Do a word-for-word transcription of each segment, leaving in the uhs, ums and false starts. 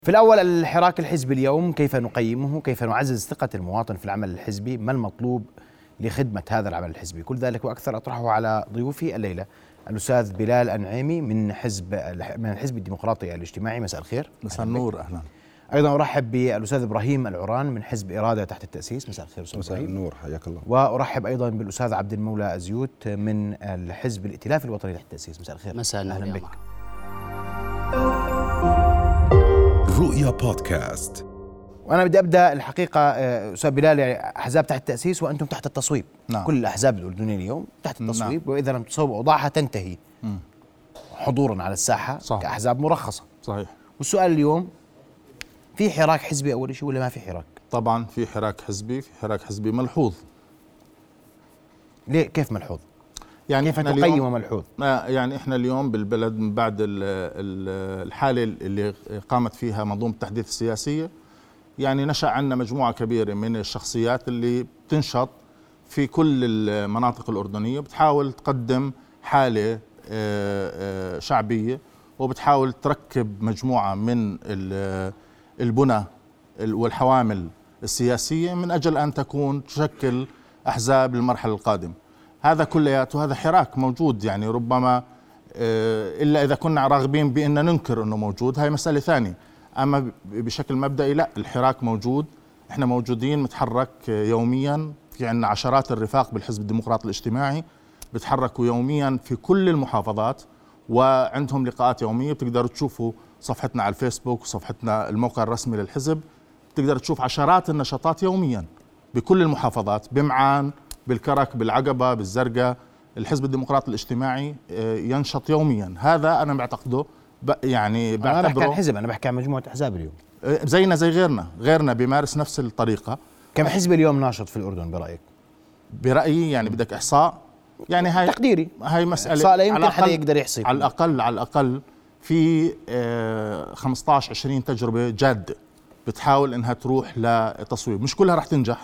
في الأول الحراك الحزبي اليوم، كيف نقيمه؟ كيف نعزز ثقة المواطن في العمل الحزبي؟ ما المطلوب لخدمة هذا العمل الحزبي؟ كل ذلك وأكثر أطرحه على ضيوفي الليلة. الأستاذ بلال أنعيمي من حزب من الحزب الديمقراطي الاجتماعي، مساء الخير. مساء النور، أهلا. أيضا أرحب بالأستاذ إبراهيم العران من حزب إرادة تحت التأسيس، مساء الخير أستاذ مساء النور، حياك الله. وأرحب أيضا بالأستاذ عبد المولى أزيوت من الحزب الائتلاف الوطني تحت التأسيس، مساء الخير. مساء النور، أهلا بك. رؤيا بودكاست. وأنا بدي أبدأ الحقيقة أستاذ بلال، يعني أحزاب تحت التأسيس وأنتم تحت التصويب. نعم. كل الأحزاب الأردنية اليوم تحت التصويب. نعم. وإذا لم تصوب أوضاعها تنتهي م. حضورا على الساحة. صح. كأحزاب مرخصة. صحيح. والسؤال اليوم، في حراك حزبي أول شيء ولا ما في حراك؟ طبعا في حراك حزبي، في حراك حزبي ملحوظ. ليه؟ كيف ملحوظ؟ يعني كيف تقيمه ملحوظ؟ يعني احنا اليوم بالبلد من بعد الحالة اللي قامت فيها منظومة التحديث السياسية، يعني نشأ عنا مجموعة كبيرة من الشخصيات اللي بتنشط في كل المناطق الأردنية، بتحاول تقدم حالة شعبية، وبتحاول تركب مجموعة من البنى والحوامل السياسية من أجل أن تكون تشكل أحزاب للمرحلة القادمة. هذا كلياته هذا حراك موجود، يعني ربما إلا إذا كنا راغبين بأن ننكر أنه موجود، هاي مسألة ثانية. أما بشكل مبدئي لا، الحراك موجود. إحنا موجودين، متحرك يوميا، في عنا عشرات الرفاق بالحزب الديمقراطي الاجتماعي بتحركوا يوميا في كل المحافظات، وعندهم لقاءات يومية. بتقدروا تشوفوا صفحتنا على الفيسبوك وصفحتنا الموقع الرسمي للحزب، بتقدر تشوف عشرات النشاطات يوميا بكل المحافظات، بمعان، بالكرك، بالعقبة، بالزرقاء. الحزب الديمقراطي الاجتماعي ينشط يوميا. هذا أنا بعتقده يعني بعتبره. أنا بحكي عن حزب، أنا بحكي عن مجموعة أحزاب اليوم زينا زي غيرنا، غيرنا بيمارس نفس الطريقة. كم حزب اليوم ناشط في الأردن برأيك؟ برأيي يعني بدك إحصاء، يعني هاي تقديري، هاي مسألة إحصاء لا يمكن حدا يقدر يحصي. على الأقل على الأقل في خمسة عشر عشرين تجربة جادة بتحاول إنها تروح لتصويب. مش كلها رح تنجح،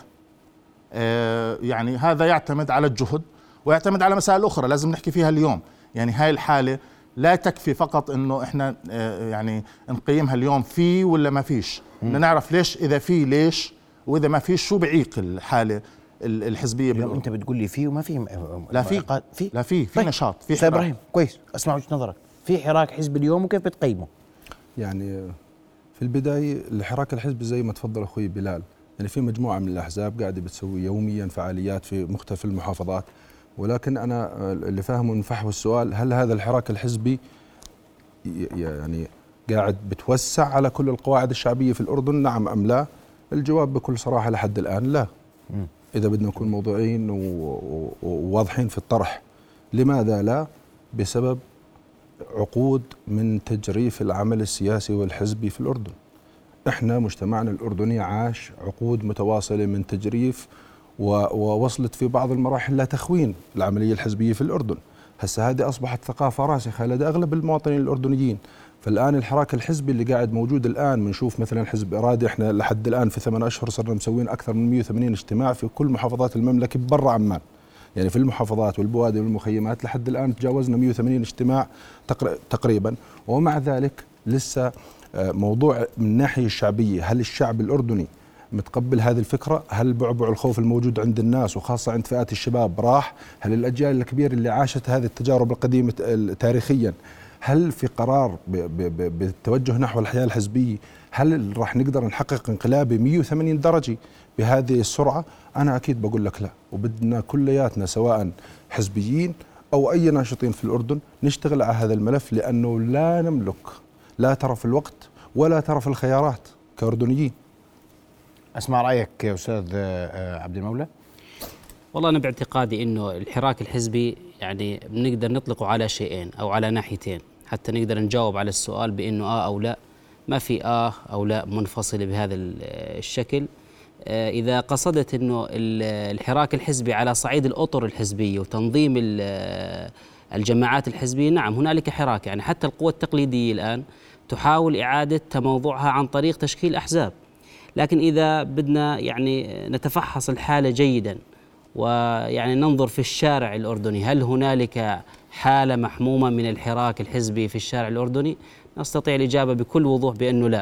يعني هذا يعتمد على الجهد ويعتمد على مسائل أخرى لازم نحكي فيها اليوم. يعني هاي الحالة لا تكفي فقط إنه إحنا يعني نقيمها اليوم في ولا ما فيش، بدنا نعرف ليش، إذا في ليش، وإذا ما فيش شو بعيق الحالة الحزبية. اليوم أنت بتقول لي في وما في؟ لا في في لا في في طيب. نشاط، في حراك. إبراهيم كويس، أسمع وجهة نظرك. في حراك حزبي اليوم وكيف بتقيمه؟ يعني في البداية الحراك الحزبي زي ما تفضل أخوي بلال، يعني في مجموعة من الأحزاب قاعدة بتسوي يوميا فعاليات في مختلف المحافظات، ولكن أنا اللي فاهمه من فحوى السؤال، هل هذا الحراك الحزبي يعني قاعد بتوسع على كل القواعد الشعبية في الأردن، نعم أم لا؟ الجواب بكل صراحة لحد الآن لا. إذا بدنا نكون موضوعيين وواضحين في الطرح. لماذا لا؟ بسبب عقود من تجريف العمل السياسي والحزبي في الأردن. احنا مجتمعنا الأردني عاش عقود متواصلة من تجريف، ووصلت في بعض المراحل لا تخوين العملية الحزبية في الأردن. هسه هذه أصبحت ثقافة راسخة لدى أغلب المواطنين الأردنيين. فالآن الحراك الحزبي اللي قاعد موجود الآن، بنشوف مثلا حزب إرادة، احنا لحد الآن في ثمان أشهر صرنا مسوين أكثر من مئة وثمانين اجتماع في كل محافظات المملكة برا عمان. يعني في المحافظات والبوادي والمخيمات لحد الآن تجاوزنا مئة وثمانين اجتماع تقريبا. ومع ذلك لسه موضوع من الناحية الشعبية، هل الشعب الأردني متقبل هذه الفكرة؟ هل بعبع الخوف الموجود عند الناس وخاصة عند فئات الشباب راح؟ هل الأجيال الكبيرة اللي عاشت هذه التجارب القديمة تاريخيا، هل في قرار بالتوجه نحو الحياة الحزبية؟ هل راح نقدر نحقق انقلاب مئة وثمانين درجة بهذه السرعة؟ أنا أكيد بقول لك لا. وبدنا كلياتنا سواء حزبيين أو أي ناشطين في الأردن نشتغل على هذا الملف، لأنه لا نملك لا ترى في الوقت ولا ترى في الخيارات كأردنيين. أسمع رأيك يا أستاذ عبد المولى. والله أنا باعتقادي إنه الحراك الحزبي يعني بنقدر نطلقه على شيئين أو على ناحيتين حتى نقدر نجاوب على السؤال بإنه آه أو لا. ما في آه أو لا منفصلة بهذا الشكل. آه إذا قصدت إنه الحراك الحزبي على صعيد الأطر الحزبية وتنظيم الجماعات الحزبية، نعم هنالك حراك. يعني حتى القوى التقليدية الآن تحاول إعادة تموضعها عن طريق تشكيل أحزاب. لكن إذا بدنا يعني نتفحص الحالة جيدا ويعني ننظر في الشارع الأردني، هل هنالك حالة محمومة من الحراك الحزبي في الشارع الأردني؟ نستطيع الإجابة بكل وضوح بأنه لا.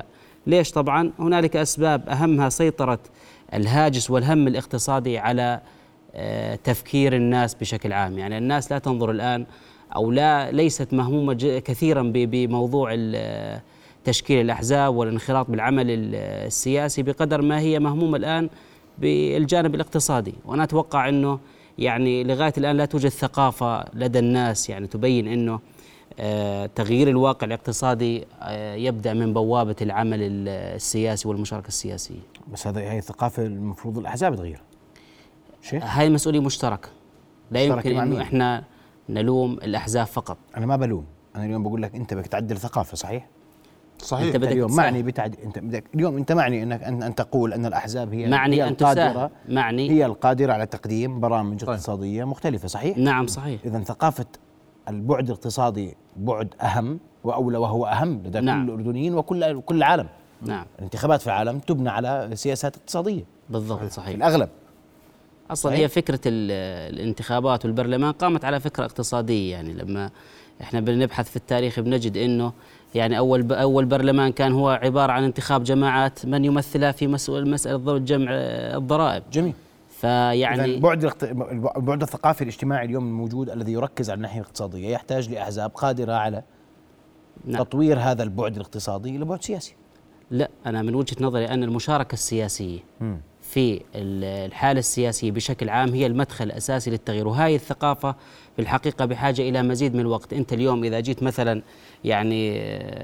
ليش؟ طبعا هنالك أسباب أهمها سيطرة الهاجس والهم الاقتصادي على تفكير الناس بشكل عام. يعني الناس لا تنظر الآن أو لا ليست مهمومة كثيرا بموضوع تشكيل الأحزاب والانخراط بالعمل السياسي بقدر ما هي مهمومة الآن بالجانب الاقتصادي. وأنا أتوقع أنه يعني لغاية الآن لا توجد ثقافة لدى الناس يعني تبين أنه تغيير الواقع الاقتصادي يبدأ من بوابة العمل السياسي والمشاركة السياسية. بس هذا هي الثقافة المفروض الأحزاب تغيرها. هاي مسؤولية مشتركة، لا يمكن أنه إحنا نلوم الأحزاب فقط. أنا ما بلوم، أنا اليوم بقول لك أنت بدك تعدل ثقافة. صحيح صحيح. أنت اليوم معني بتعدل، أنت بدك اليوم أنت معني أنك أن, أن تقول أن الأحزاب هي معني هي أن القادرة معني هي القادرة على تقديم برامج طيب. اقتصادية مختلفة. صحيح. نعم صحيح. إذن ثقافة البعد الاقتصادي بعد أهم وأولى وهو أهم لدى نعم. كل الأردنيين وكل كل العالم. نعم. الانتخابات في العالم تبنى على سياسات اقتصادية. بالضبط. صحيح. في الأغلب أصلا صحيح. هي فكرة الانتخابات والبرلمان قامت على فكرة اقتصادية. يعني لما احنا بنبحث في التاريخ بنجد انه يعني اول اول برلمان كان هو عبارة عن انتخاب جماعات من يمثلها في مسألة جمع الضرائب. جميل. فيعني البعد البعد الثقافي الاجتماعي اليوم الموجود الذي يركز على الناحية الاقتصادية يحتاج لأحزاب قادرة على نعم. تطوير هذا البعد الاقتصادي إلى بعد سياسي. لا، أنا من وجهة نظري أن المشاركة السياسية م. في الحالة السياسية بشكل عام هي المدخل الأساسي للتغيير، وهي الثقافة في الحقيقة بحاجة إلى مزيد من الوقت. أنت اليوم إذا جيت مثلا يعني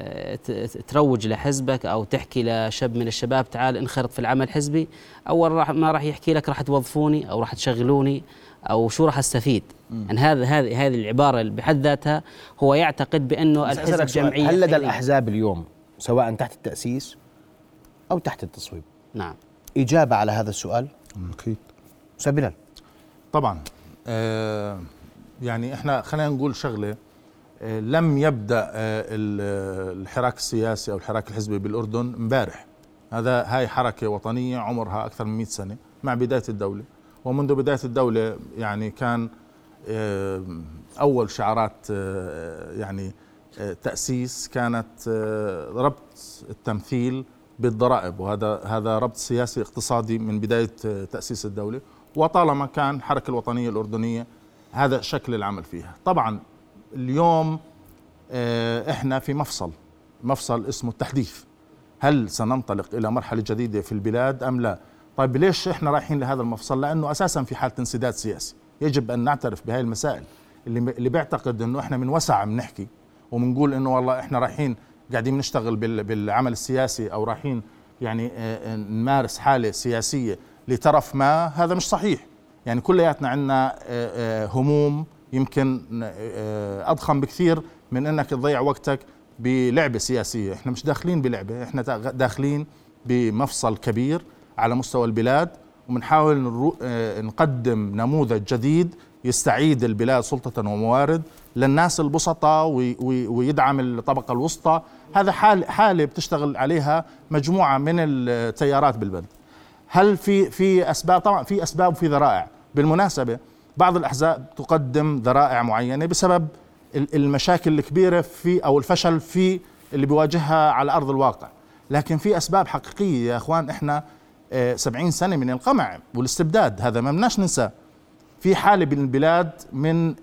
تروج لحزبك أو تحكي لشاب من الشباب تعال انخرط في العمل الحزبي، أول راح ما راح يحكي لك راح توظفوني أو راح تشغلوني أو شو راح أستفيد. يعني هذا هذه هذه العبارة بحد ذاتها هو يعتقد بأنه الحزب جمعية. هل لدى الأحزاب اليوم سواء تحت التأسيس أو تحت التصويب نعم إجابة على هذا السؤال؟ أكيد. أستاذ بلال. طبعا آه يعني احنا خلينا نقول شغلة، آه لم يبدأ آه الحراك السياسي أو الحراك الحزبي بالأردن امبارح. هذا هاي حركة وطنية عمرها أكثر من مئة سنة مع بداية الدولة، ومنذ بداية الدولة يعني كان آه أول شعارات آه يعني آه تأسيس كانت آه ربط التمثيل بالضرائب، وهذا هذا ربط سياسي اقتصادي من بداية تأسيس الدولة، وطالما كان الحركة الوطنية الأردنية هذا شكل العمل فيها. طبعا اليوم احنا في مفصل مفصل اسمه التحديث. هل سننطلق إلى مرحلة جديدة في البلاد أم لا؟ طيب ليش احنا رايحين لهذا المفصل؟ لأنه أساسا في حالة انسداد سياسي. يجب أن نعترف بهاي المسائل. اللي اللي بيعتقد أنه احنا من وسع بنحكي وبنقول أنه والله احنا رايحين قاعدين نشتغل بالعمل السياسي أو رايحين يعني نمارس حالة سياسية لطرف ما، هذا مش صحيح. يعني كلياتنا عندنا هموم يمكن أضخم بكثير من أنك تضيع وقتك بلعبة سياسية. احنا مش داخلين بلعبة، احنا داخلين بمفصل كبير على مستوى البلاد، وبنحاول نقدم نموذج جديد يستعيد البلاد سلطة وموارد للناس البسطاء ويدعم الطبقة الوسطى. هذا حال حالة بتشتغل عليها مجموعة من التيارات بالبلد. هل في في أسباب؟ طبعا في أسباب وفي ذرائع. بالمناسبة بعض الأحزاب تقدم ذرائع معينة بسبب المشاكل الكبيرة في أو الفشل في اللي بيواجهها على أرض الواقع، لكن في أسباب حقيقية يا أخوان. إحنا سبعين سنة من القمع والاستبداد، هذا ما بدناش ننسى. في حالة بالبلاد من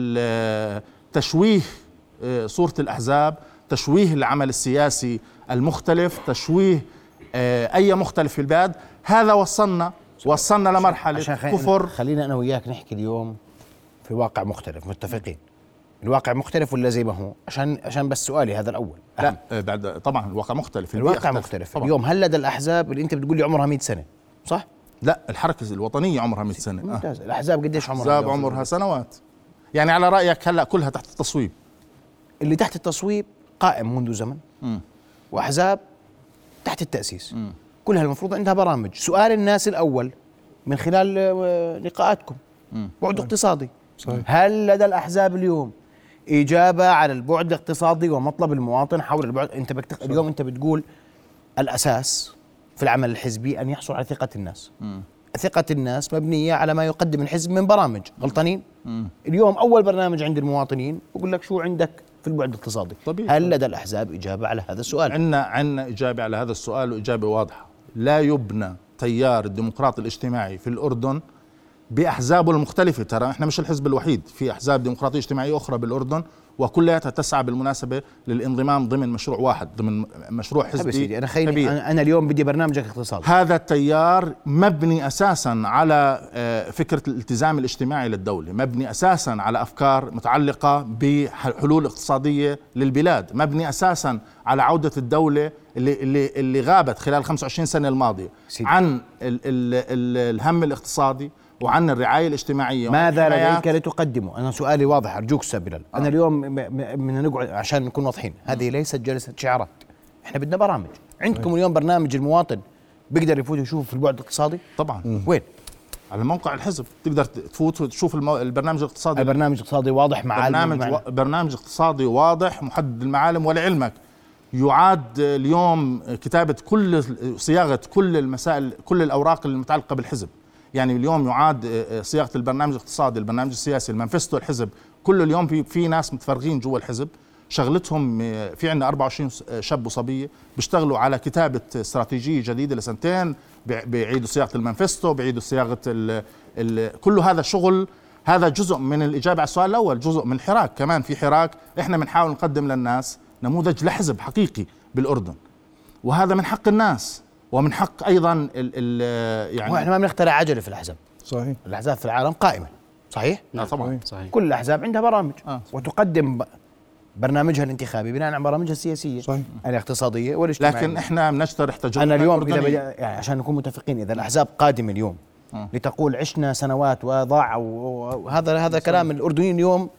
تشويه صورة الأحزاب، تشويه العمل السياسي المختلف، تشويه أي مختلف في البلاد. هذا وصلنا وصلنا لمرحلة كفر. خلينا أنا وياك نحكي اليوم في واقع مختلف، متفقين الواقع مختلف ولا زي ما هو؟ عشان عشان بس سؤالي هذا الأول. لا بعد طبعا الواقع مختلف، الواقع مختلف طبعًا. اليوم هل لدى الأحزاب اللي أنت بتقول لي عمرها مئة سنة صح؟ لا، الحركة الوطنية عمرها مئة سنة. ممتاز. الأحزاب قديش عمرها؟ الأحزاب عمرها سنوات. يعني على رأيك هلا كلها تحت التصويب. اللي تحت التصويب قائم منذ زمن، م. وأحزاب تحت التأسيس، م. كلها المفروض عندها برامج. سؤال الناس الأول من خلال لقاءاتكم بعد اقتصادي. صحيح. هل لدى الأحزاب اليوم إجابة على البعد الاقتصادي ومطلب المواطن حول البعد؟ أنت بكتق... اليوم أنت بتقول الأساس في العمل الحزبي أن يحصل على ثقة الناس. م. ثقة الناس مبنية على ما يقدم الحزب من برامج. غلطانين؟ م. اليوم أول برنامج عند المواطنين بقول لك شو عندك في في البعد الاقتصادي. طبيعي. هل لدى الأحزاب إجابة على هذا السؤال؟ عندنا عندنا إجابة على هذا السؤال، وإجابة واضحة. لا يبنى تيار الديمقراطي الاجتماعي في الأردن بأحزابه المختلفة. ترى احنا مش الحزب الوحيد، في أحزاب ديمقراطية اجتماعية أخرى بالأردن، وكلها تسعى بالمناسبة للانضمام ضمن مشروع واحد، ضمن مشروع حزبي. أنا خيني أنا اليوم بدي برنامجك اقتصادي. هذا التيار مبني أساسا على فكرة الالتزام الاجتماعي للدولة، مبني أساسا على أفكار متعلقة بحلول اقتصادية للبلاد، مبني أساسا على عودة الدولة اللي اللي اللي غابت خلال خمسة وعشرين سنة الماضية سيدي. عن ال ال ال الهم الاقتصادي وعن الرعاية الاجتماعية. ماذا لديك لتقدمه؟ أنا سؤالي واضح أرجوك أستاذ بلال. آه. أنا اليوم من نقعد عشان نكون واضحين، هذه ليست جلسة شعارات، إحنا بدنا برامج. عندكم اليوم برنامج المواطن بيقدر يفوت ويشوف في البعد الاقتصادي؟ طبعا. م. وين؟ على موقع الحزب تقدر تفوت وتشوف المو... البرنامج الاقتصادي. البرنامج الاقتصادي واضح، مع برنامج و... برنامج اقتصادي واضح محدد المعالم. ولعلمك يعاد اليوم كتابة كل صياغة كل المسائل، كل الأوراق المتعلقة بالحزب. يعني اليوم يعاد صياغة البرنامج الاقتصادي، البرنامج السياسي، المانفستو الحزب، كل اليوم في في ناس متفرغين جوا الحزب شغلتهم. في عندنا أربعة وعشرين شاب وصبية بيشتغلوا على كتابة استراتيجية جديدة لسنتين، بيعيدوا صياغة المانفستو، بيعيدوا صياغة ال ال كل هذا الشغل. هذا جزء من الإجابة على السؤال الأول، جزء من الحراك. كمان في حراك، إحنا بنحاول نقدم للناس نموذج لحزب حقيقي بالأردن، وهذا من حق الناس ومن حق أيضا ال ال يعني احنا ما بنخترع عجلة في الأحزاب. صحيح. الأحزاب في العالم قائمة. صحيح؟ نعم طبعا. صحيح. كل الأحزاب عندها برامج آه. وتقدم برنامجها الانتخابي بناء على برامجها السياسية. صحيح. الاقتصادية والاجتماعية. لكن احنا بنشترح تجربة. أنا اليوم إذا بدي يعني عشان نكون متفقين، إذا الأحزاب قادمة اليوم م. لتقول عشنا سنوات وضاع، وهذا هذا كلام الأردنيين اليوم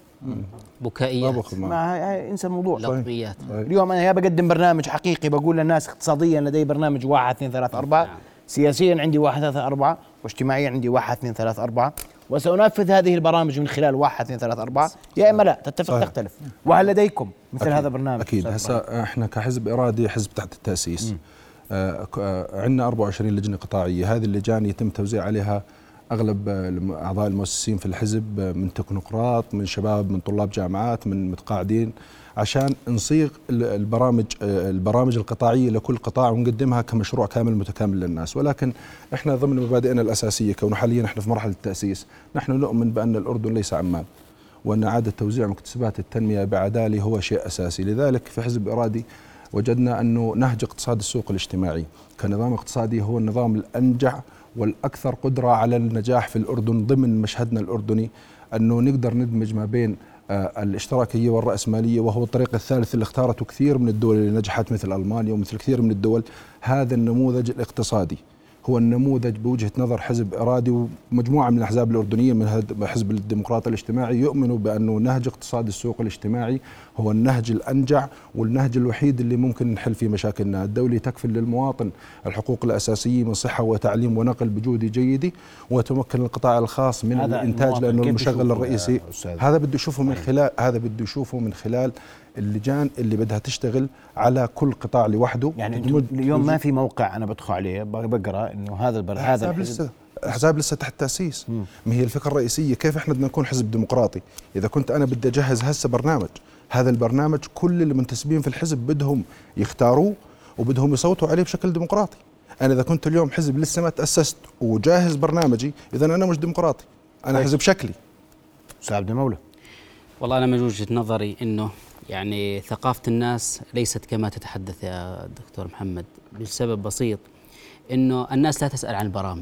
بكائيات، ما انسى الموضوع. لطميات. اليوم أنا يا بقدم برنامج حقيقي بقول للناس اقتصاديا لدي برنامج واحد اثنين ثلاث أربعة، نعم. سياسيا عندي واحد ثلاثة أربعة، واجتماعيا عندي واحد اثنين ثلاث أربعة، وسأنفذ هذه البرامج من خلال واحد اثنين ثلاث أربعة، يا إما لا تتفق صحيح. تختلف. وهل لديكم مثل أكيد. هذا برنامج؟ أكيد. هسا احنا كحزب إرادي، حزب تحت التأسيس، آه عندنا أربعة وعشرين لجنة قطاعية. هذه اللجان يتم توزيع عليها أغلب أعضاء المؤسسين في الحزب من تكنوقراط، من شباب، من طلاب جامعات، من متقاعدين، عشان نصيغ البرامج البرامج القطاعية لكل قطاع ونقدمها كمشروع كامل متكامل للناس. ولكن احنا ضمن مبادئنا الأساسية، كونه حاليا احنا في مرحلة التأسيس، نحن نؤمن بأن الأردن ليس عمان، وأن إعادة توزيع مكتسبات التنمية بعدالة هو شيء أساسي. لذلك في حزب إرادي وجدنا أنه نهج اقتصاد السوق الاجتماعي كنظام اقتصادي هو النظام الأنجع والأكثر قدرة على النجاح في الأردن ضمن مشهدنا الأردني، أنه نقدر ندمج ما بين الاشتراكية والرأسمالية، وهو الطريق الثالث اللي اختارته كثير من الدول اللي نجحت مثل ألمانيا ومثل كثير من الدول. هذا النموذج الاقتصادي هو النموذج بوجهة نظر حزب إرادي ومجموعة من الأحزاب الأردنية من حزب الديمقراطي الاجتماعي يؤمنوا بأنه نهج اقتصاد السوق الاجتماعي هو النهج الأنجع والنهج الوحيد اللي ممكن نحل فيه مشاكلنا. الدولة تكفل للمواطن الحقوق الأساسية من صحة وتعليم ونقل بجودة جيدة، وتمكن القطاع الخاص من الإنتاج لأنه المشغل الرئيسي. هذا بده يشوفه من خلال هذا بده يشوفه من خلال اللجان اللي بدها تشتغل على كل قطاع لوحده. يعني اليوم ما في موقع أنا بدخل عليه بقرأ إنه هذا البر هذا لسه أحزاب لسه تحت تأسيس. ما هي الفكرة الرئيسية؟ كيف إحنا بدنا نكون حزب ديمقراطي؟ إذا كنت أنا بدي أجهز هسه برنامج، هذا البرنامج كل المنتسبين في الحزب بدهم يختاروه وبدهم يصوتوا عليه بشكل ديمقراطي. أنا إذا كنت اليوم حزب لسه ما تأسست وجاهز برنامجي، إذا أنا مش ديمقراطي، أنا حزب شكلي. أستاذ عبد المولى، والله أنا من وجهة نظري إنه يعني ثقافة الناس ليست كما تتحدث يا دكتور محمد، لسبب بسيط، إنه الناس لا تسأل عن البرامج.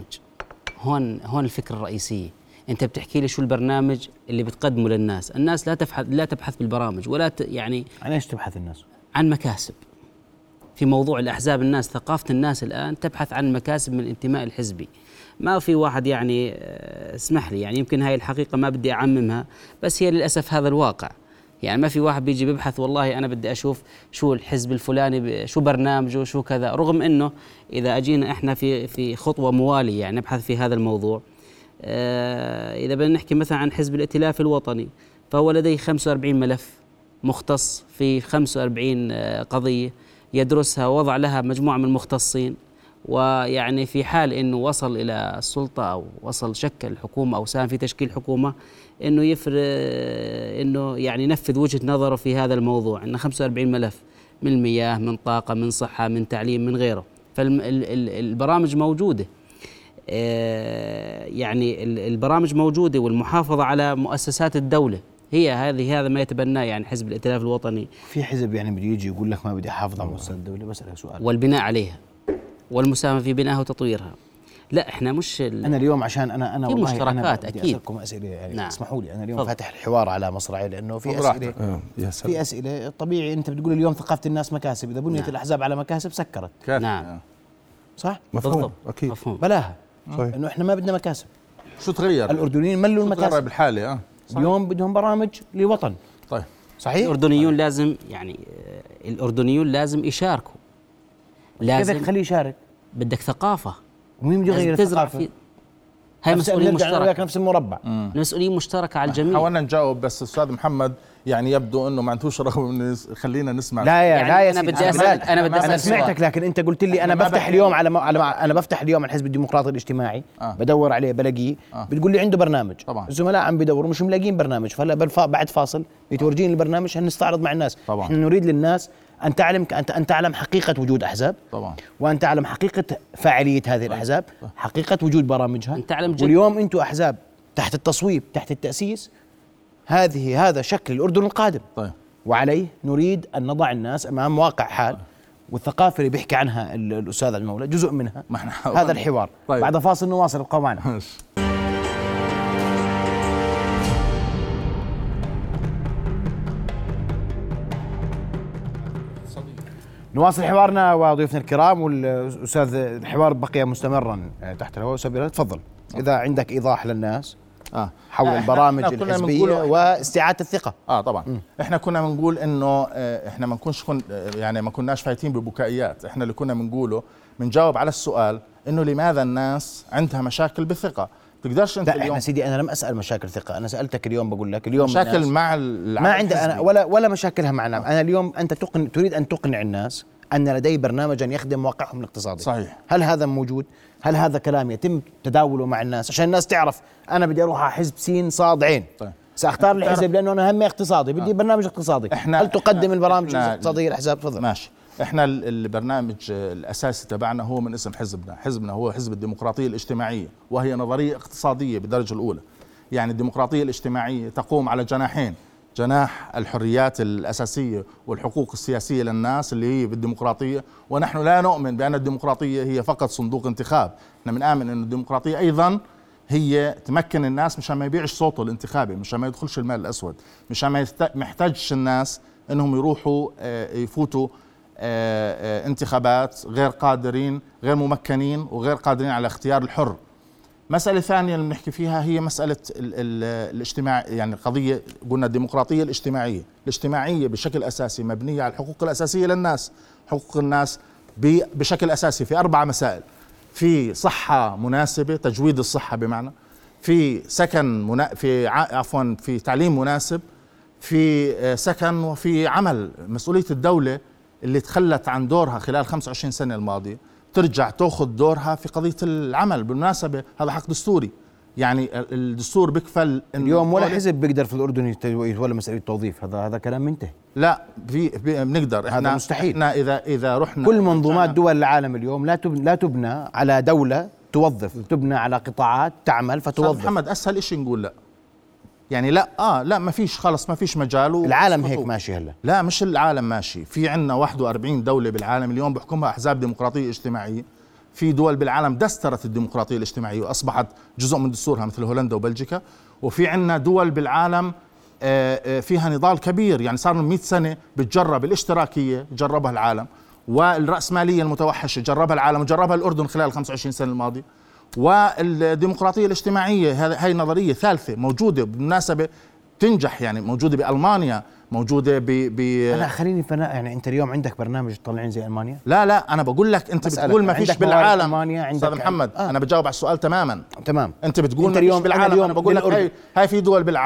هون هون الفكرة الرئيسية. أنت بتحكي لي شو البرنامج اللي بتقدمه للناس، الناس لا تبحث لا تبحث بالبرامج ولا ت يعني عن ايش تبحث الناس؟ عن مكاسب. في موضوع الأحزاب الناس ثقافة الناس الآن تبحث عن مكاسب من الانتماء الحزبي. ما في واحد يعني اسمح لي يعني يمكن هاي الحقيقة ما بدي أعممها، بس هي للأسف هذا الواقع. يعني ما في واحد بيجي بيبحث والله أنا بدي أشوف شو الحزب الفلاني شو برنامجه شو كذا، رغم إنه إذا أجينا إحنا في في خطوة موالية يعني نبحث في هذا الموضوع. آه إذا بدنا نحكي مثلا عن حزب الائتلاف الوطني، فهو لديه خمسة وأربعين ملف مختص في خمسة وأربعين قضية يدرسها ووضع لها مجموعة من المختصين، ويعني في حال انه وصل الى السلطه او وصل شكل حكومه او ساهم في تشكيل حكومه انه يفر انه يعني ينفذ وجهه نظره في هذا الموضوع، ان خمسة وأربعين ملف من المياه، من طاقه، من صحه، من تعليم، من غيره، فالبرامج موجوده. يعني البرامج موجوده، والمحافظه على مؤسسات الدوله هي هذه هذا ما يتبناه يعني حزب الائتلاف الوطني. في حزب يعني بده يجي يقول لك ما بدي احافظ على مؤسسات الدوله، بسألك سؤال. والبناء عليها والمساهمه في بنائها وتطويرها. لا احنا مش انا اليوم عشان انا انا في والله مشتركات أنا بدي اكيد. اسالكم اسئله يعني نعم. اسمحوا لي، انا اليوم فضل. فاتح الحوار على مصراعي لانه في اسئله آه. يا سلام. في اسئله طبيعي. انت بتقول اليوم ثقافه الناس مكاسب، اذا بنيت نعم. الاحزاب على مكاسب سكرت. نعم صح؟ مفهوم بالضبط. اكيد مفهوم. بلاها صحيح. انه احنا ما بدنا مكاسب. شو تغير؟ الاردنيين ملوا شو تغير المكاسب بالحاله؟ اه اليوم بدهم برامج لوطن. طيب صحيح؟ الاردنيون لازم يعني آه، الاردنيون لازم يشاركوا. كيف لازم تخليه يشارك؟ بدك ثقافه، ومين بده لازم يغير تزرع الثقافه؟ في هاي مسؤوليه مشتركه، نفس المربع. مسؤوليه مشتركه على الجميع. حاولنا نجاوب بس استاذ محمد يعني يبدو انه ما عندوش رغبه من خلينا نسمع. لا يا يعني لا يا أنا سيدي. بدي أسأل- بلال، أنا بدي أسأل انا سؤال. سمعتك، لكن انت قلت لي انا ما بفتح بحكي. اليوم على, على انا بفتح اليوم على الحزب الديمقراطي الاجتماعي. آه. بدور عليه بلاقيه. آه. بتقول لي عنده برنامج. طبعا. الزملاء عم بدوروا مش ملاقيين برنامج، فهلا بالفا بعد فاصل بتورجيني البرنامج هنستعرض مع الناس. طبعا. احنا نريد للناس ان تعلم ان ان تعلم حقيقه وجود احزاب. طبعا. وان تعلم حقيقه فاعليه هذه الاحزاب، حقيقه وجود برامجها. أن تعلم جد. واليوم انتم احزاب تحت التصويب، تحت التاسيس. هذه هذا شكل الاردن القادم. طيب. وعليه نريد أن نضع الناس أمام واقع حال، والثقافة اللي بيحكي عنها ال- الأستاذ المولى جزء منها. ما احنا حاولنا. هذا الحوار. طيب. بعد فاصل نواصل، ابقوا معنا. نواصل حوارنا وضيوفنا الكرام، والأستاذ الحوار بقي مستمرا تحت الهواء. أستاذ بلال تفضل إذا عندك إيضاح للناس اه حول إحنا- البرامج إحنا كنا الحزبية بنقول- واستعادة الثقة. اه طبعا م. احنا كنا بنقول انه آه، احنا ما نكونش كن آه، يعني ما كناش فايتين ببكائيات. احنا اللي كنا بنقوله بنجاوب على السؤال انه لماذا الناس عندها مشاكل بالثقه. تقدرش انت لا اليوم احنا سيدي انا لم اسال مشاكل ثقه، انا سالتك اليوم بقول لك اليوم مشاكل الناس مع العمل ما عندي انا الحزبي. ولا ولا مشاكلها معنا. انا اليوم انت تقن تريد ان تقنع الناس ان لدي برنامجا يخدم واقعهم الاقتصادي. صحيح. هل هذا موجود؟ هل هذا كلام يتم تداوله مع الناس عشان الناس تعرف انا بدي اروح على حزب سين صاد عين؟ طيب. ساختار الحزب لانه انا همي اقتصادي، بدي آه. برنامج اقتصادي. إحنا- هل تقدم إحنا- البرامج إحنا- الاقتصاديه الاحزاب؟ تفضل. ماشي. احنا ال- البرنامج الاساسي تبعنا هو من اسم حزبنا، حزبنا هو حزب الديمقراطيه الاجتماعيه، وهي نظريه اقتصاديه بالدرجه الاولى. يعني الديمقراطيه الاجتماعيه تقوم على جناحين، جناح الحريات الاساسيه والحقوق السياسيه للناس اللي هي بالديمقراطيه، ونحن لا نؤمن بان الديمقراطيه هي فقط صندوق انتخاب، احنا بنآمن ان الديمقراطيه ايضا هي تمكن الناس مشان ما يبيعش صوته الانتخابي، مشان ما يدخلش المال الاسود، مشان ما يست- محتاجش الناس انهم يروحوا آه، يفوتوا آه، آه، انتخابات غير قادرين غير ممكنين وغير قادرين على اختيار الحر. مسألة ثانية اللي بنحكي فيها هي مسألة ال ال الاجتماع، يعني قضية قلنا الديمقراطية الاجتماعية، الاجتماعية بشكل أساسي مبنية على الحقوق الأساسية للناس، حقوق الناس بشكل أساسي في أربع مسائل: في صحة مناسبة، تجويد الصحة بمعنى، في سكن منا في عفوا في تعليم مناسب، في سكن، وفي عمل. مسؤولية الدولة اللي تخلت عن دورها خلال خمسة وعشرين سنة الماضية ترجع تأخذ دورها في قضية العمل. بالمناسبة هذا حق دستوري، يعني الدستور بيكفل اليوم ولا حزب بيقدر في الاردن ولا مساله التوظيف، هذا هذا كلام منتهي. لا في بنقدر، هذا مستحيل. احنا اذا اذا رحنا كل منظومات دول العالم اليوم لا تبنى لا تبنى على دولة توظف، تبنى على قطاعات تعمل فتوظف. محمد اسهل شيء نقول لا، يعني لا اه لا ما فيش، خلص ما فيش مجال. العالم هيك ماشي هلا. لا مش العالم ماشي، في عندنا واحد وأربعين دولة بالعالم اليوم بحكمها احزاب ديمقراطية اجتماعية. في دول بالعالم دسترت الديمقراطية الاجتماعية واصبحت جزء من دستورها مثل هولندا وبلجيكا. وفي عندنا دول بالعالم فيها نضال كبير، يعني صار من مئة سنة بتجرب الاشتراكية، جربها العالم، والرأسمالية المتوحشة جربها العالم وجربها الأردن خلال خمسة وعشرين سنة الماضية. والديمقراطية الاجتماعية هاي نظرية ثالثة موجودة بالمناسبة تنجح، يعني موجودة بألمانيا، موجودة ب ب أنا خليني فنا يعني أنت اليوم عندك برنامج تطلعين زي ألمانيا؟ لا لا أنا بقول لك أنت بتقول ما فيش بالعالم. ألمانيا عندك أستاذ محمد آه. أنا بجاوب على السؤال تماما. تمام. أنت بتقول ما فيش بالعالم، أنا بقول لك هاي هاي في دول بالعالم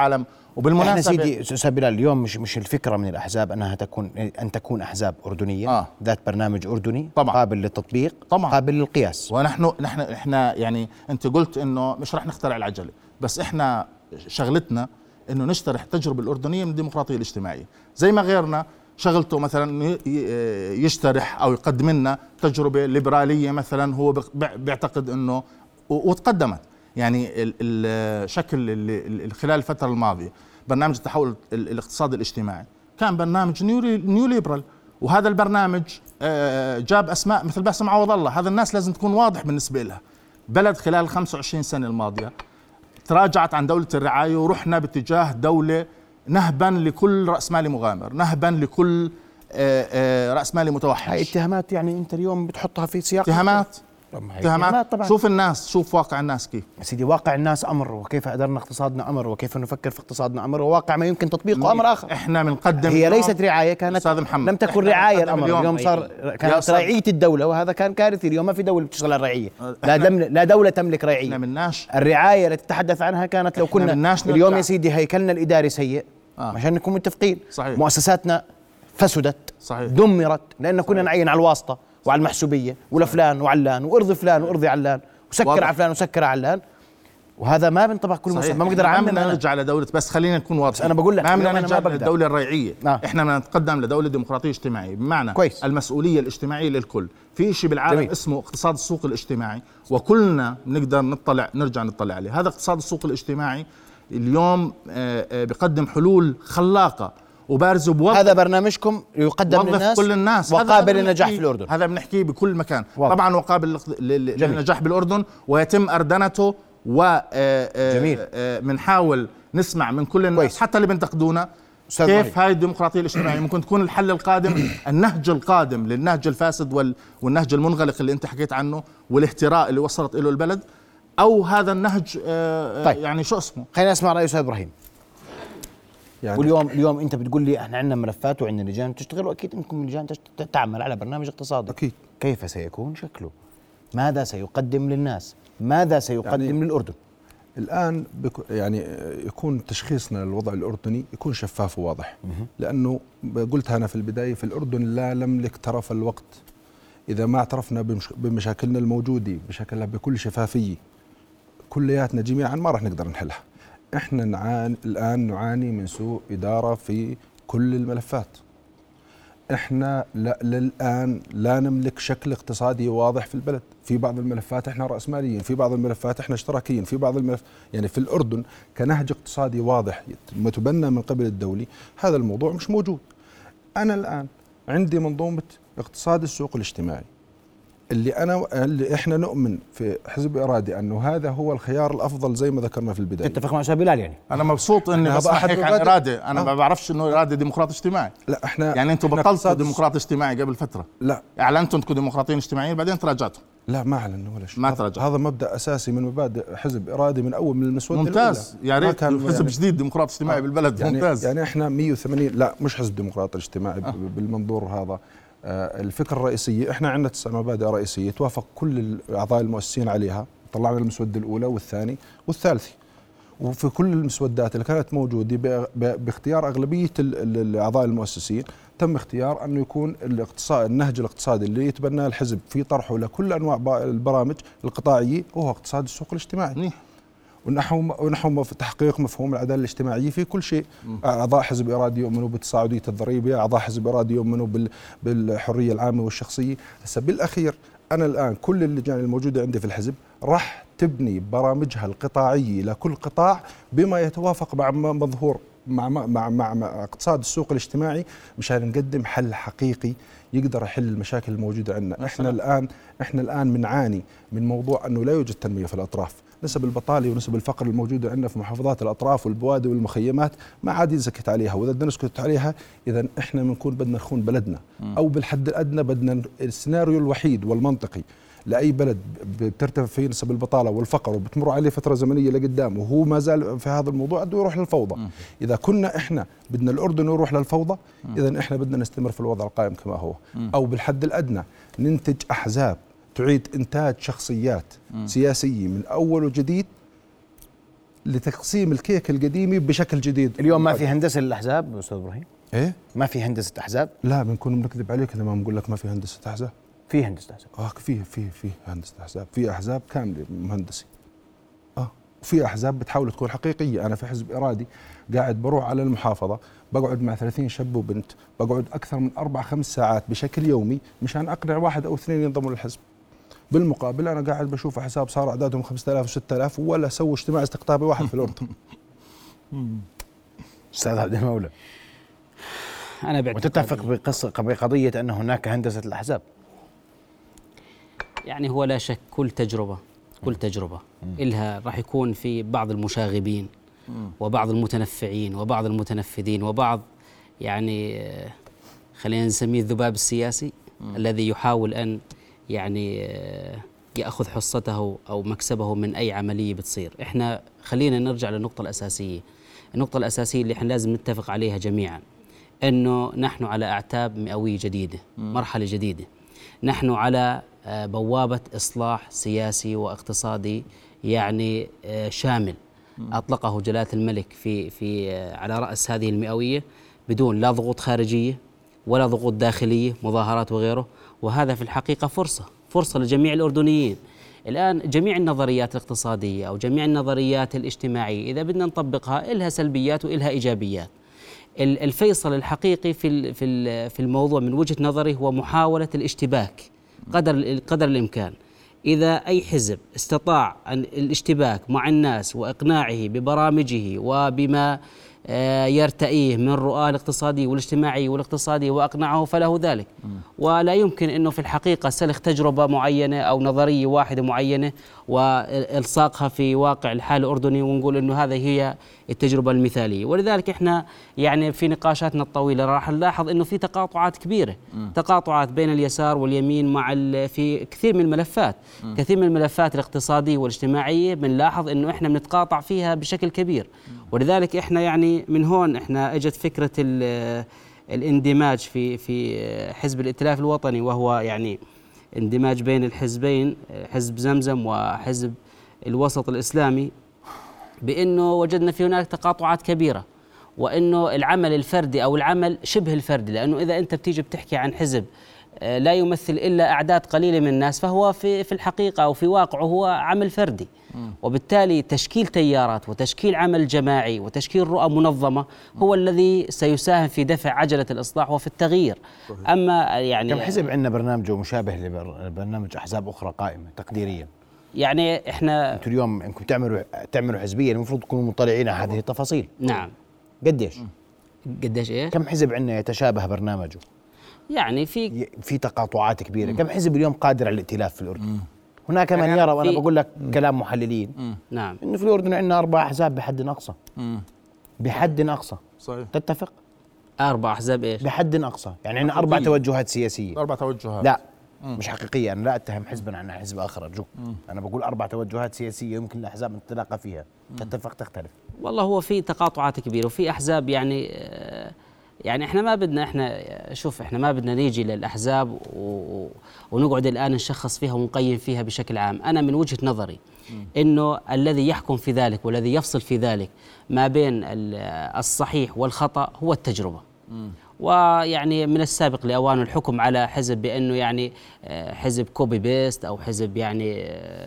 وبالمناسبة احنا سيدي استاذ بلال اليوم مش مش الفكره من الاحزاب انها تكون ان تكون احزاب اردنيه آه. ذات برنامج اردني طبعا. قابل للتطبيق طبعا. قابل للقياس. ونحن نحن احنا يعني انت قلت انه مش رح نخترع العجله، بس احنا شغلتنا انه نشترح التجربه الاردنيه من الديمقراطيه الاجتماعيه، زي ما غيرنا شغلته مثلا يشترح او يقدم لنا تجربه ليبراليه مثلا هو بيعتقد انه وتقدمت يعني الشكل اللي خلال الفتره الماضيه برنامج التحول الاقتصادي الاجتماعي كان برنامج نيو ليبرال، وهذا البرنامج جاب اسماء مثل باسم عوض الله. هذا الناس لازم تكون واضح بالنسبه لها. بلد خلال خمسة وعشرين سنه الماضيه تراجعت عن دوله الرعايه ورحنا باتجاه دوله نهبا لكل راس مالي مغامر، نهبا لكل راس مالي متوحش. هاي اتهامات يعني انت اليوم بتحطها في سياق اتهامات اتهامات طبعا. شوف الناس، شوف واقع الناس كيف. سيدي واقع الناس امر، وكيف ادرنا اقتصادنا امر، وكيف نفكر في اقتصادنا امر، وواقع ما يمكن تطبيقه امر اخر. احنا بنقدم هي ليست رعايه، كانت لم تكن رعايه الامر. اليوم, اليوم صار كانت رعيه الدوله، وهذا كان كارثي. اليوم ما في دوله بتشتغل على الرعيه، لا لا دوله تملك رعيه. احنا مناش الرعايه التي تتحدث عنها كانت لو كنا اليوم يا سيدي هيكلنا الاداري سيء آه. عشان نكون متفقين. صحيح. مؤسساتنا فسدت، صحيح. دمرت لان كنا نعين على الواسطه وعلى المحسوبيه ولفلان وعلان وارضي فلان وارضي علان وسكر على فلان وسكر علان، وهذا ما بنطبق كل مسلم. ما بقدر اعمم. ما نرجع لدوله، بس خلينا نكون واضحين. انا بقول لك ما بدنا نرجع للدوله الريعيه آه. احنا بدنا نتقدم لدوله ديمقراطيه اجتماعيه، بمعنى كويس. المسؤوليه الاجتماعيه للكل. في شيء بالعالم جميل. اسمه اقتصاد السوق الاجتماعي، وكلنا بنقدر نطلع نرجع نطلع عليه. هذا اقتصاد السوق الاجتماعي اليوم بيقدم حلول خلاقه وبارزه بوضع. هذا برنامجكم يقدم للناس كل الناس وقابل للنجاح في الأردن. هذا بنحكيه بكل مكان واضح. طبعا وقابل للنجاح بالأردن، ويتم أردنته ومنحاول نسمع من كل الناس كويس. حتى اللي بنتقدونا كيف هاي الديمقراطية الاجتماعية ممكن تكون الحل القادم النهج القادم للنهج الفاسد والنهج المنغلق اللي انت حكيت عنه والاهتراء اللي وصلت له البلد، أو هذا النهج طيب. يعني شو اسمه. خلينا نسمع رأي أستاذ إبراهيم. يعني واليوم اليوم انت بتقول لي احنا عندنا ملفات وعندنا لجان تشتغل، واكيد انكم لجان تعمل على برنامج اقتصادي. اكيد. كيف سيكون شكله؟ ماذا سيقدم للناس؟ ماذا سيقدم يعني للأردن؟ الآن يعني يكون تشخيصنا للوضع الأردني يكون شفاف وواضح، لأنه قلتها أنا في البداية، في الأردن لا نملك طرف الوقت. إذا ما اعترفنا بمشاكلنا الموجودة بشكلها بكل شفافية كلياتنا جميعا ما راح نقدر نحلها. احنا نعاني الآن نعاني من سوء إدارة في كل الملفات. احنا لا للآن لا نملك شكل اقتصادي واضح في البلد. في بعض الملفات احنا رأسماليين، في بعض الملفات احنا اشتراكيين، في بعض الملف يعني في الأردن كنهج اقتصادي واضح متبنى من قبل الدولي هذا الموضوع مش موجود. أنا الآن عندي منظومة اقتصاد السوق الاجتماعي اللي أنا اللي إحنا نؤمن في حزب إرادي أنه هذا هو الخيار الأفضل زي ما ذكرنا في البداية. تتفق مع أستاذ بلال يعني؟ أنا مبسوط إني بسمع هيك عن إرادة، أنا ما بعرفش إنه إرادة ديمقراطي اجتماعي. لا إحنا يعني أنتم بطلتوا ديمقراطي اجتماعي قبل فترة. لا أعلنتوا أنكم ديمقراطيين اجتماعيين بعدين تراجعتوا. لا ما أعلنوا ولا شيء. ما تراجعوا. هذا مبدأ أساسي من مبادئ حزب إرادي من أول من المسودة ممتاز. يا ريت حزب يعني جديد ديمقراطي اجتماعي آه بالبلد. يعني ممتاز. يعني إحنا مية وثمانين لا مش حزب ديمقراطي اجتماعي آه. بالمنظور هذا. آه الفكرة الرئيسية احنا عندنا تسع مبادئ رئيسية توافق كل الأعضاء المؤسسين عليها، طلعنا المسودة الأولى والثاني والثالثي، وفي كل المسودات اللي كانت موجودة باختيار أغلبية الأعضاء المؤسسين تم اختيار أنه يكون الاقتصاد النهج الاقتصادي اللي يتبناه الحزب في طرحه لكل أنواع البرامج القطاعية وهو اقتصاد السوق الاجتماعي. ونحو ونحو تحقيق مفهوم العداله الاجتماعيه في كل شيء. اعضاء حزب ارادي يؤمنوا بتصاعديه الضريبه، اعضاء حزب ارادي يؤمنوا بالحريه العامه والشخصيه. هسه بالاخير انا الان كل اللجان الموجوده عندي في الحزب راح تبني برامجها القطاعيه لكل قطاع بما يتوافق مع مظهور مع مع مع, مع اقتصاد السوق الاجتماعي مشان نقدم حل حقيقي يقدر يحل المشاكل الموجوده عندنا. احنا الان احنا الان بنعاني من موضوع انه لا يوجد تنميه في الاطراف. نسب البطاله ونسب الفقر الموجوده عندنا في محافظات الاطراف والبوادي والمخيمات ما عاد ينسكت عليها، واذا بدنا نسكت عليها اذا احنا بنكون بدنا نخون بلدنا او بالحد الادنى بدنا السيناريو الوحيد والمنطقي لاي بلد بترتفع فيه نسب البطاله والفقر وبتمر عليه فتره زمنيه لقدام وهو ما زال في هذا الموضوع بده يروح للفوضى. م. اذا كنا احنا بدنا الاردن يروح للفوضى اذا احنا بدنا نستمر في الوضع القائم كما هو. م. او بالحد الادنى ننتج احزاب تعيد انتاج شخصيات م. سياسيه من اول وجديد لتقسيم الكيك القديمي بشكل جديد. اليوم ما في هندسه للاحزاب استاذ ابراهيم؟ ايه ما في هندسه احزاب؟ لا بنكون بنكذب عليك اذا ما بنقول لك ما في هندسه احزاب. في هندسه احزاب. اه في في في هندسه احزاب، في احزاب كامله مهندسه. اه وفي احزاب بتحاول تكون حقيقيه. انا في حزب ارادي قاعد بروح على المحافظه، بقعد مع ثلاثين شاب وبنت، بقعد اكثر من اربع خمس ساعات بشكل يومي مشان اقنع واحد او اثنين ينضموا للحزب. بالمقابل انا قاعد بشوف احزاب صار اعدادهم خمسة آلاف وستة آلاف ولا سووا اجتماع استقطابي واحد في الاردن. استاذ عبد المولى، انا بعتقد وتتفق بقصه بقضيه ان هناك هندسه الاحزاب؟ يعني هو لا شك كل تجربه كل تجربه إلها راح يكون في بعض المشاغبين وبعض المتنفعين وبعض المتنفذين وبعض يعني خلينا نسميه الذباب السياسي الذي يحاول ان يعني ياخذ حصته او مكسبه من اي عمليه بتصير. احنا خلينا نرجع للنقطه الاساسيه. النقطه الاساسيه اللي احنا لازم نتفق عليها جميعا انه نحن على اعتاب مئويه جديده، مرحله جديده. نحن على بوابه اصلاح سياسي واقتصادي يعني شامل اطلقه جلاله الملك في في على راس هذه المئويه بدون لا ضغوط خارجيه ولا ضغوط داخليه، مظاهرات وغيره. وهذا في الحقيقه فرصه فرصه لجميع الاردنيين. الان جميع النظريات الاقتصاديه او جميع النظريات الاجتماعيه اذا بدنا نطبقها إلها سلبيات وإلها ايجابيات. الفيصل الحقيقي في في في الموضوع من وجهه نظري هو محاوله الاشتباك قدر قدر الامكان. اذا اي حزب استطاع ان الاشتباك مع الناس واقناعه ببرامجه وبما يرتئيه من رؤى الاقتصادي والاجتماعي والاقتصادي واقنعه فله ذلك. ولا يمكن انه في الحقيقه سلخ تجربه معينه او نظريه واحده معينه والصاقها في واقع الحال الاردني ونقول انه هذه هي التجربه المثاليه. ولذلك احنا يعني في نقاشاتنا الطويله راح نلاحظ انه في تقاطعات كبيره، تقاطعات بين اليسار واليمين مع في كثير من الملفات، كثير من الملفات الاقتصاديه والاجتماعيه بنلاحظ انه احنا بنتقاطع فيها بشكل كبير. ولذلك احنا يعني من هون احنا اجت فكره الاندماج في في حزب الائتلاف الوطني، وهو يعني اندماج بين الحزبين، حزب زمزم وحزب الوسط الاسلامي، بانه وجدنا في هناك تقاطعات كبيره، وانه العمل الفردي او العمل شبه الفردي، لانه اذا انت بتيجي بتحكي عن حزب لا يمثل الا اعداد قليله من الناس فهو في في الحقيقه او في واقعه هو عمل فردي. وبالتالي تشكيل تيارات وتشكيل عمل جماعي وتشكيل رؤى منظمه هو الذي سيساهم في دفع عجله الاصلاح وفي التغيير. اما يعني كم حزب عندنا برنامجه مشابه لبرنامج احزاب اخرى قائمه تقديريا؟ يعني احنا انتم اليوم انكم تعملوا تعملوا حزبيه المفروض تكونوا مطلعين على هذه التفاصيل. نعم. قديش؟ قديش ايه؟ كم حزب عندنا يتشابه برنامجه؟ يعني في في تقاطعات كبيره. كم حزب اليوم قادر على الائتلاف في الاردن؟ هناك من يرى، وانا بقول لك كلام محللين، نعم، انه في الاردن عندنا اربع احزاب بحد اقصى. بحد اقصى. صحيح. تتفق؟ اربع احزاب ايش؟ بحد اقصى، يعني عندنا اربع توجهات سياسيه. اربع توجهات. لا مم. مش حقيقيه، انا لا اتهم حزبا عن حزب اخر ارجوك. انا بقول اربع توجهات سياسيه يمكن الاحزاب ان تتلاقى فيها. تتفق تختلف؟ والله هو في تقاطعات كبيره وفي احزاب يعني يعني احنا ما بدنا احنا شوف احنا ما بدنا نيجي للاحزاب ونقعد الان نشخص فيها ونقيم فيها بشكل عام. انا من وجهه نظري انه الذي يحكم في ذلك والذي يفصل في ذلك ما بين الصحيح والخطا هو التجربه. ويعني من السابق لأوان الحكم على حزب بأنه يعني حزب كوبي بيست أو حزب يعني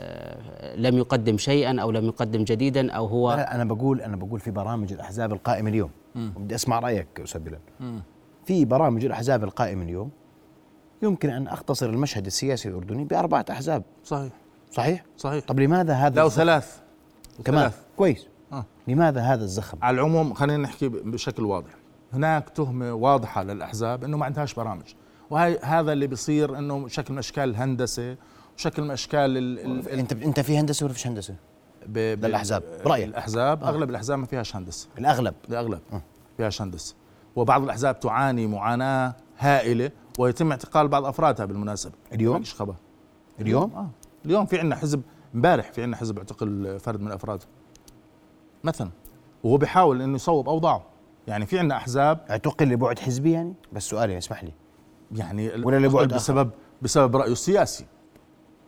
لم يقدم شيئا أو لم يقدم جديدا أو هو لا أنا بقول أنا بقول في برامج الأحزاب القائمة اليوم، بدي أسمع رأيك أستاذ بلال. في برامج الأحزاب القائمة اليوم يمكن أن أختصر المشهد السياسي الأردني بأربعة أحزاب. صحيح صحيح صحيح. طب لماذا هذا؟ لا وثلاث كمان وثلاث. كويس. آه. لماذا هذا الزخم؟ على العموم خلينا نحكي بشكل واضح، هناك تهمة واضحة للأحزاب أنه ما عندهاش برامج، وهي هذا اللي بيصير أنه شكل من أشكال الهندسة وشكل من أشكال ال ال أنت أنت في هندسة ولا فيش هندسة؟ للأحزاب برأيك؟ الأحزاب آه. أغلب الأحزاب ما فيهاش هندسة. الأغلب الأغلب آه. فيهاش هندسة، وبعض الأحزاب تعاني معاناة هائلة ويتم اعتقال بعض أفرادها بالمناسبة. اليوم؟ مش خبر اليوم؟ آه. اليوم في عندنا حزب، امبارح في عندنا حزب اعتقل فرد من أفراده مثلا، وهو بيحاول إنه يصوب أوضاعه. يعني في عندنا احزاب اعتقل لبعد حزبي يعني، بس سؤالي اسمح لي، يعني ولا لبعد بسبب بسبب رايه السياسي.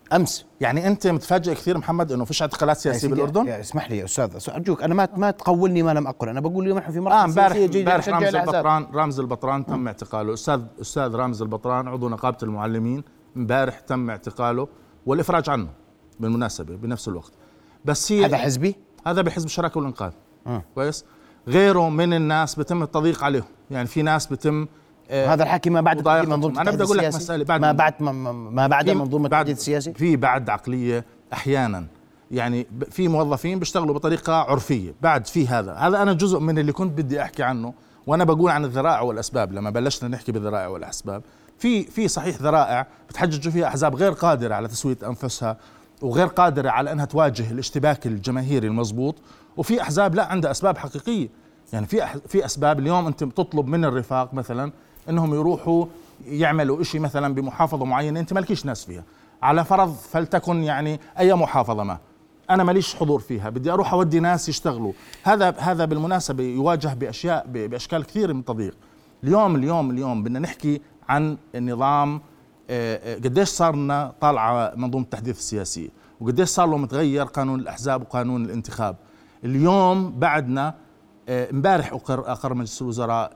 امس. يعني انت متفاجئ كثير محمد انه فيش اعتقالات سياسيه بالاردن؟ اسمح لي يا استاذ ارجوك، انا ما ما تقولني ما لم اقل، انا بقول اليوم نحن في مرحله اه امبارح سياسيه جيده. امبارح رامز البطران رامز البطران تم اعتقاله. استاذ استاذ رامز البطران عضو نقابه المعلمين امبارح تم اعتقاله والافراج عنه بالمناسبه بنفس الوقت. بس هي هذا حزبي؟ هذا بحزب الشراكه والانقاذ. كويس. غيره من الناس بتم التضييق عليهم، يعني في ناس بتم آه هذا الحكي ما بعد منظومه انا بدي اقول لك مساله بعد ما بعد ما, ما بعد منظومه التحديد السياسي في بعد عقليه احيانا، يعني في موظفين بيشتغلوا بطريقه عرفيه بعد في هذا هذا انا جزء من اللي كنت بدي احكي عنه وانا بقول عن الذرائع والاسباب. لما بلشنا نحكي بالذرائع والاسباب في في صحيح ذرائع بتحججوا فيها احزاب غير قادره على تسويه انفسها وغير قادره على انها تواجه الاشتباك الجماهيري المضبوط، وفي احزاب لا عندها اسباب حقيقيه. يعني في في اسباب اليوم انت بتطلب من الرفاق مثلا انهم يروحوا يعملوا إشي مثلا بمحافظه معينه انت مالكيش ناس فيها، على فرض فلتكن يعني اي محافظه ما انا ماليش حضور فيها، بدي اروح اودي ناس يشتغلوا. هذا هذا بالمناسبه يواجه باشياء باشكال كثير من التضييق. اليوم اليوم اليوم بدنا نحكي عن النظام، قديش صار لنا طالعه منظومه التحديث السياسيه وقديش صار له متغير قانون الاحزاب وقانون الانتخاب. اليوم بعدنا امبارح اقر اقر مجلس الوزراء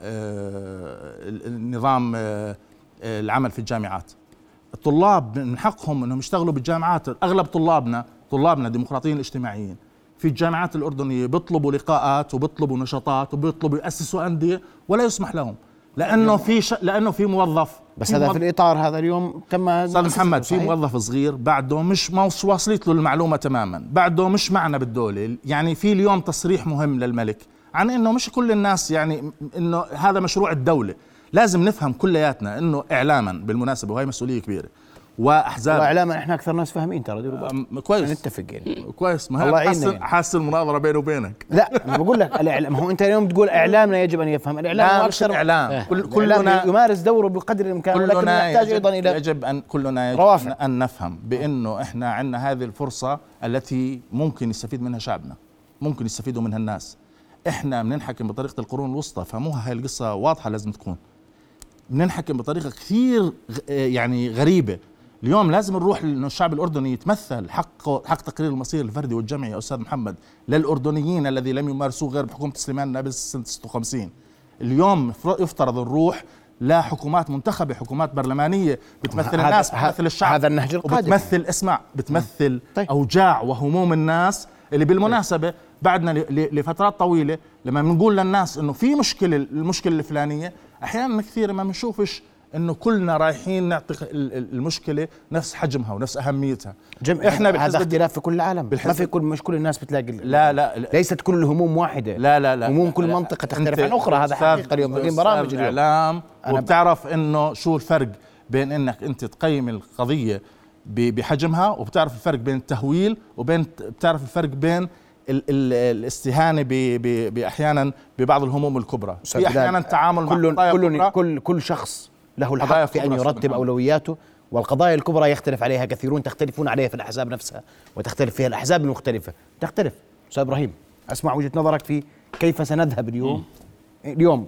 النظام العمل في الجامعات. الطلاب من حقهم انهم يشتغلوا بالجامعات. اغلب طلابنا طلابنا الديمقراطيين الاجتماعيين في الجامعات الاردنيه بيطلبوا لقاءات وبيطلبوا نشاطات وبيطلبوا ياسسوا انديه ولا يسمح لهم لانه في ش... لانه في موظف. بس في هذا موظف في الاطار هذا اليوم تم. استاذ محمد في موظف صغير بعده مش مش واصلت له المعلومه تماما، بعده مش معنا بالدوله. يعني في اليوم تصريح مهم للملك عن انه مش كل الناس، يعني انه هذا مشروع الدوله. لازم نفهم كلياتنا انه اعلاما بالمناسبه وهي مسؤوليه كبيره واحزاب اعلاما احنا اكثر ناس فاهمين ترى ديروا بالكم. كويس نتفق يعني كويس. ما هي حاسس حاسس المناظره بيني وبينك. لا انا بقول لك الاعلام، هو انت اليوم تقول اعلامنا يجب ان يفهم. الاعلام اكثر اعلام اه. كل كلنا يمارس دوره بقدر الامكان، ولكن نحتاج ايضا الى يجب ان كلنا يجب روافع. ان نفهم بانه احنا عندنا هذه الفرصه التي ممكن يستفيد منها شعبنا، ممكن يستفيدوا منها الناس. احنا بننحكم بطريقه القرون الوسطى، فهموها هاي القصه واضحه لازم تكون. بننحكم بطريقه كثير يعني غريبه. اليوم لازم نروح انه الشعب الاردني يتمثل حق حق تقرير المصير الفردي والجمعي يا استاذ محمد للاردنيين الذي لم يمارسوه غير بحكومه سليمان النابلسي سنه ستة وخمسين. اليوم يفترض نروح لا حكومات منتخبه، حكومات برلمانيه بتمثل الناس، بتمثل الشعب. هذا النهج القادم. وبتمثل اسمع بتمثل طيب. اوجاع وهموم الناس اللي بالمناسبه طيب. بعدنا لفترات طويله لما بنقول للناس انه في مشكله المشكله الفلانيه، احيانا كثير ما بنشوفش انه كلنا رايحين نعطي المشكله نفس حجمها ونفس اهميتها. احنا هذا اختلاف في كل العالم، ما في كل مش كل الناس بتلاقي. لا لا, لا ليست كل الهموم واحده. لا لا لا هموم كل لا منطقه تختلف عن اخرى. هذا حقيقه اليوم في برامج الاعلام وبتعرف انه شو الفرق بين انك انت تقيم القضيه بحجمها، وبتعرف الفرق بين التهويل وبين بتعرف الفرق بين ال ال الاستهانه باحيانا ببعض الهموم الكبرى. في احيانا التعامل مع كل كل كل كل شخص له الحق في ان يرتب اولوياته، والقضايا الكبرى يختلف عليها كثيرون، تختلفون عليها في الاحزاب نفسها وتختلف فيها الاحزاب المختلفه. تختلف. استاذ ابراهيم، اسمع وجهه نظرك في كيف سنذهب اليوم. م. اليوم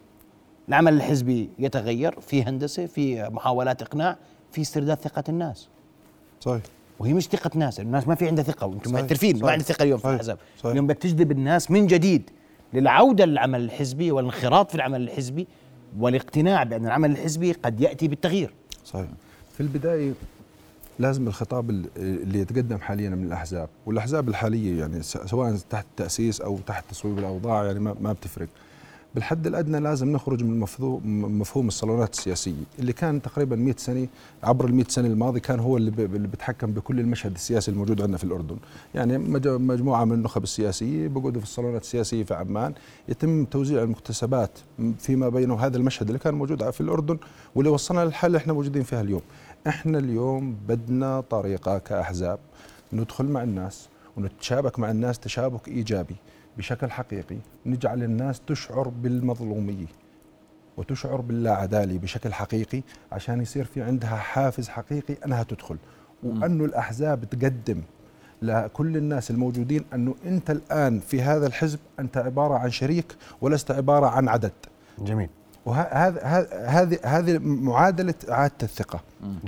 العمل الحزبي يتغير، في هندسه، في محاولات اقناع، في استرداد ثقه الناس. صحيح. وهي مش ثقه ناس، الناس ما في عندها ثقه، وانتم معترفين ما عندها ثقه اليوم في الاحزاب. اليوم بدك تجذب الناس من جديد للعوده للعمل الحزبي والانخراط في العمل الحزبي والاقتناع بأن العمل الحزبي قد يأتي بالتغيير. صحيح. في البداية لازم الخطاب اللي يتقدم حاليا من الأحزاب، والأحزاب الحالية يعني سواء تحت التأسيس أو تحت تصويب الأوضاع يعني ما بتفرق. بالحد الأدنى لازم نخرج من مفهوم الصالونات السياسية اللي كان تقريبا مئة سنة، عبر المئة سنة الماضي كان هو اللي بيتحكم بكل المشهد السياسي الموجود عندنا في الأردن. يعني مجموعة من النخب السياسية بيقعدوا في الصالونات السياسية في عمان، يتم توزيع المكتسبات فيما بينه. هذا المشهد اللي كان موجود في الأردن واللي وصلنا للحالة اللي احنا موجودين فيها اليوم. احنا اليوم بدنا طريقة كأحزاب ندخل مع الناس ونتشابك مع الناس تشابك إيجابي بشكل حقيقي، نجعل الناس تشعر بالمظلومية وتشعر باللا عدالة بشكل حقيقي، عشان يصير في عندها حافز حقيقي أنها تدخل. وأنه الأحزاب تقدم لكل الناس الموجودين أنه أنت الآن في هذا الحزب أنت عبارة عن شريك ولست عبارة عن عدد. جميل. وهذا هذه هذه معادلة إعادة الثقة. جميل.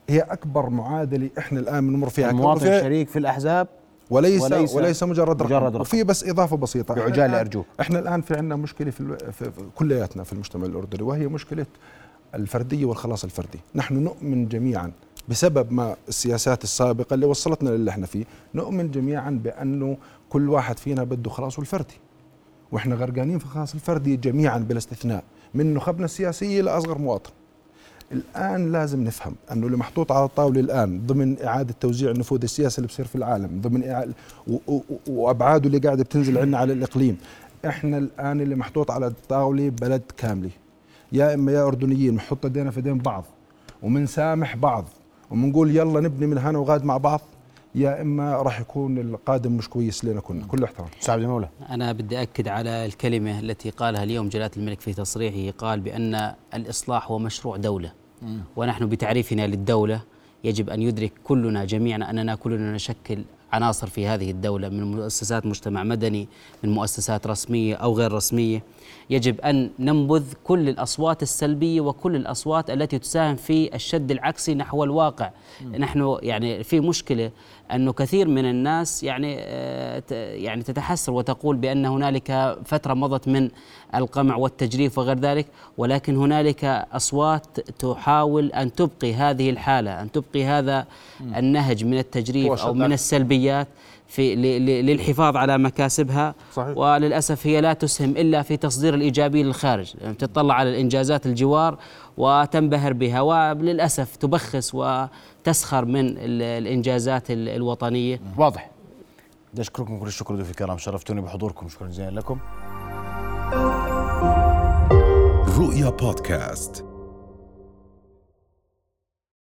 هي أكبر معادلة إحنا الآن بنمر فيها. المواطن شريك في الأحزاب وليس وليس, وليس مجرد, مجرد رقم. رقم. وفي بس إضافة بسيطة بعجالة أرجوك. إحنا الآن في عندنا مشكلة في, ال... في كلياتنا في المجتمع الأردني، وهي مشكلة الفردية والخلاص الفردي. نحن نؤمن جميعا بسبب ما السياسات السابقة اللي وصلتنا للي احنا فيه، نؤمن جميعا بأنه كل واحد فينا بده خلاصه الفردي، واحنا غرقانين في الخلاص الفردي جميعا بلا استثناء، من نخبنا السياسية لأصغر مواطن. الآن لازم نفهم أنه اللي محطوط على الطاولة الآن ضمن إعادة توزيع النفوذ السياسي اللي بصير في العالم، ضمن إعادة وأبعاده اللي قاعدة بتنزل عنا على الإقليم، احنا الآن اللي محطوط على الطاولة بلد كاملة، يا إما يا أردنيين نحط ايدينا في ايدين بعض ومنسامح بعض ومنقول يلا نبني من هنا وغاد مع بعض، يا إما راح يكون القادم مش كويس لنا كلنا. كل احترام. سعد المولى. أنا بدي أكد على الكلمة التي قالها اليوم جلالة الملك في تصريحه، قال بأن الإصلاح هو مشروع دولة، ونحن بتعريفنا للدولة يجب أن يدرك كلنا جميعا أننا كلنا نشكل عناصر في هذه الدولة، من مؤسسات مجتمع مدني، من مؤسسات رسمية أو غير رسمية. يجب أن ننبذ كل الأصوات السلبية وكل الأصوات التي تساهم في الشد العكسي نحو الواقع. نحن يعني في مشكلة أنه كثير من الناس يعني يعني تتحسر وتقول بأن هنالك فترة مضت من القمع والتجريف وغير ذلك، ولكن هنالك أصوات تحاول أن تبقي هذه الحالة، أن تبقي هذا النهج من التجريف أو من السلبيات في للحفاظ على مكاسبها. صحيح. وللأسف هي لا تسهم إلا في تصدير الإيجابي للخارج، يعني تطلع على الإنجازات الجوار وتنبهر بها، وللأسف تبخس وتسخر من الإنجازات الوطنية. واضح. بدي أشكركم كل الشكر ضيوفي الكرام، شرفتوني بحضوركم، شكرا جزيلا لكم. رؤيا بودكاست.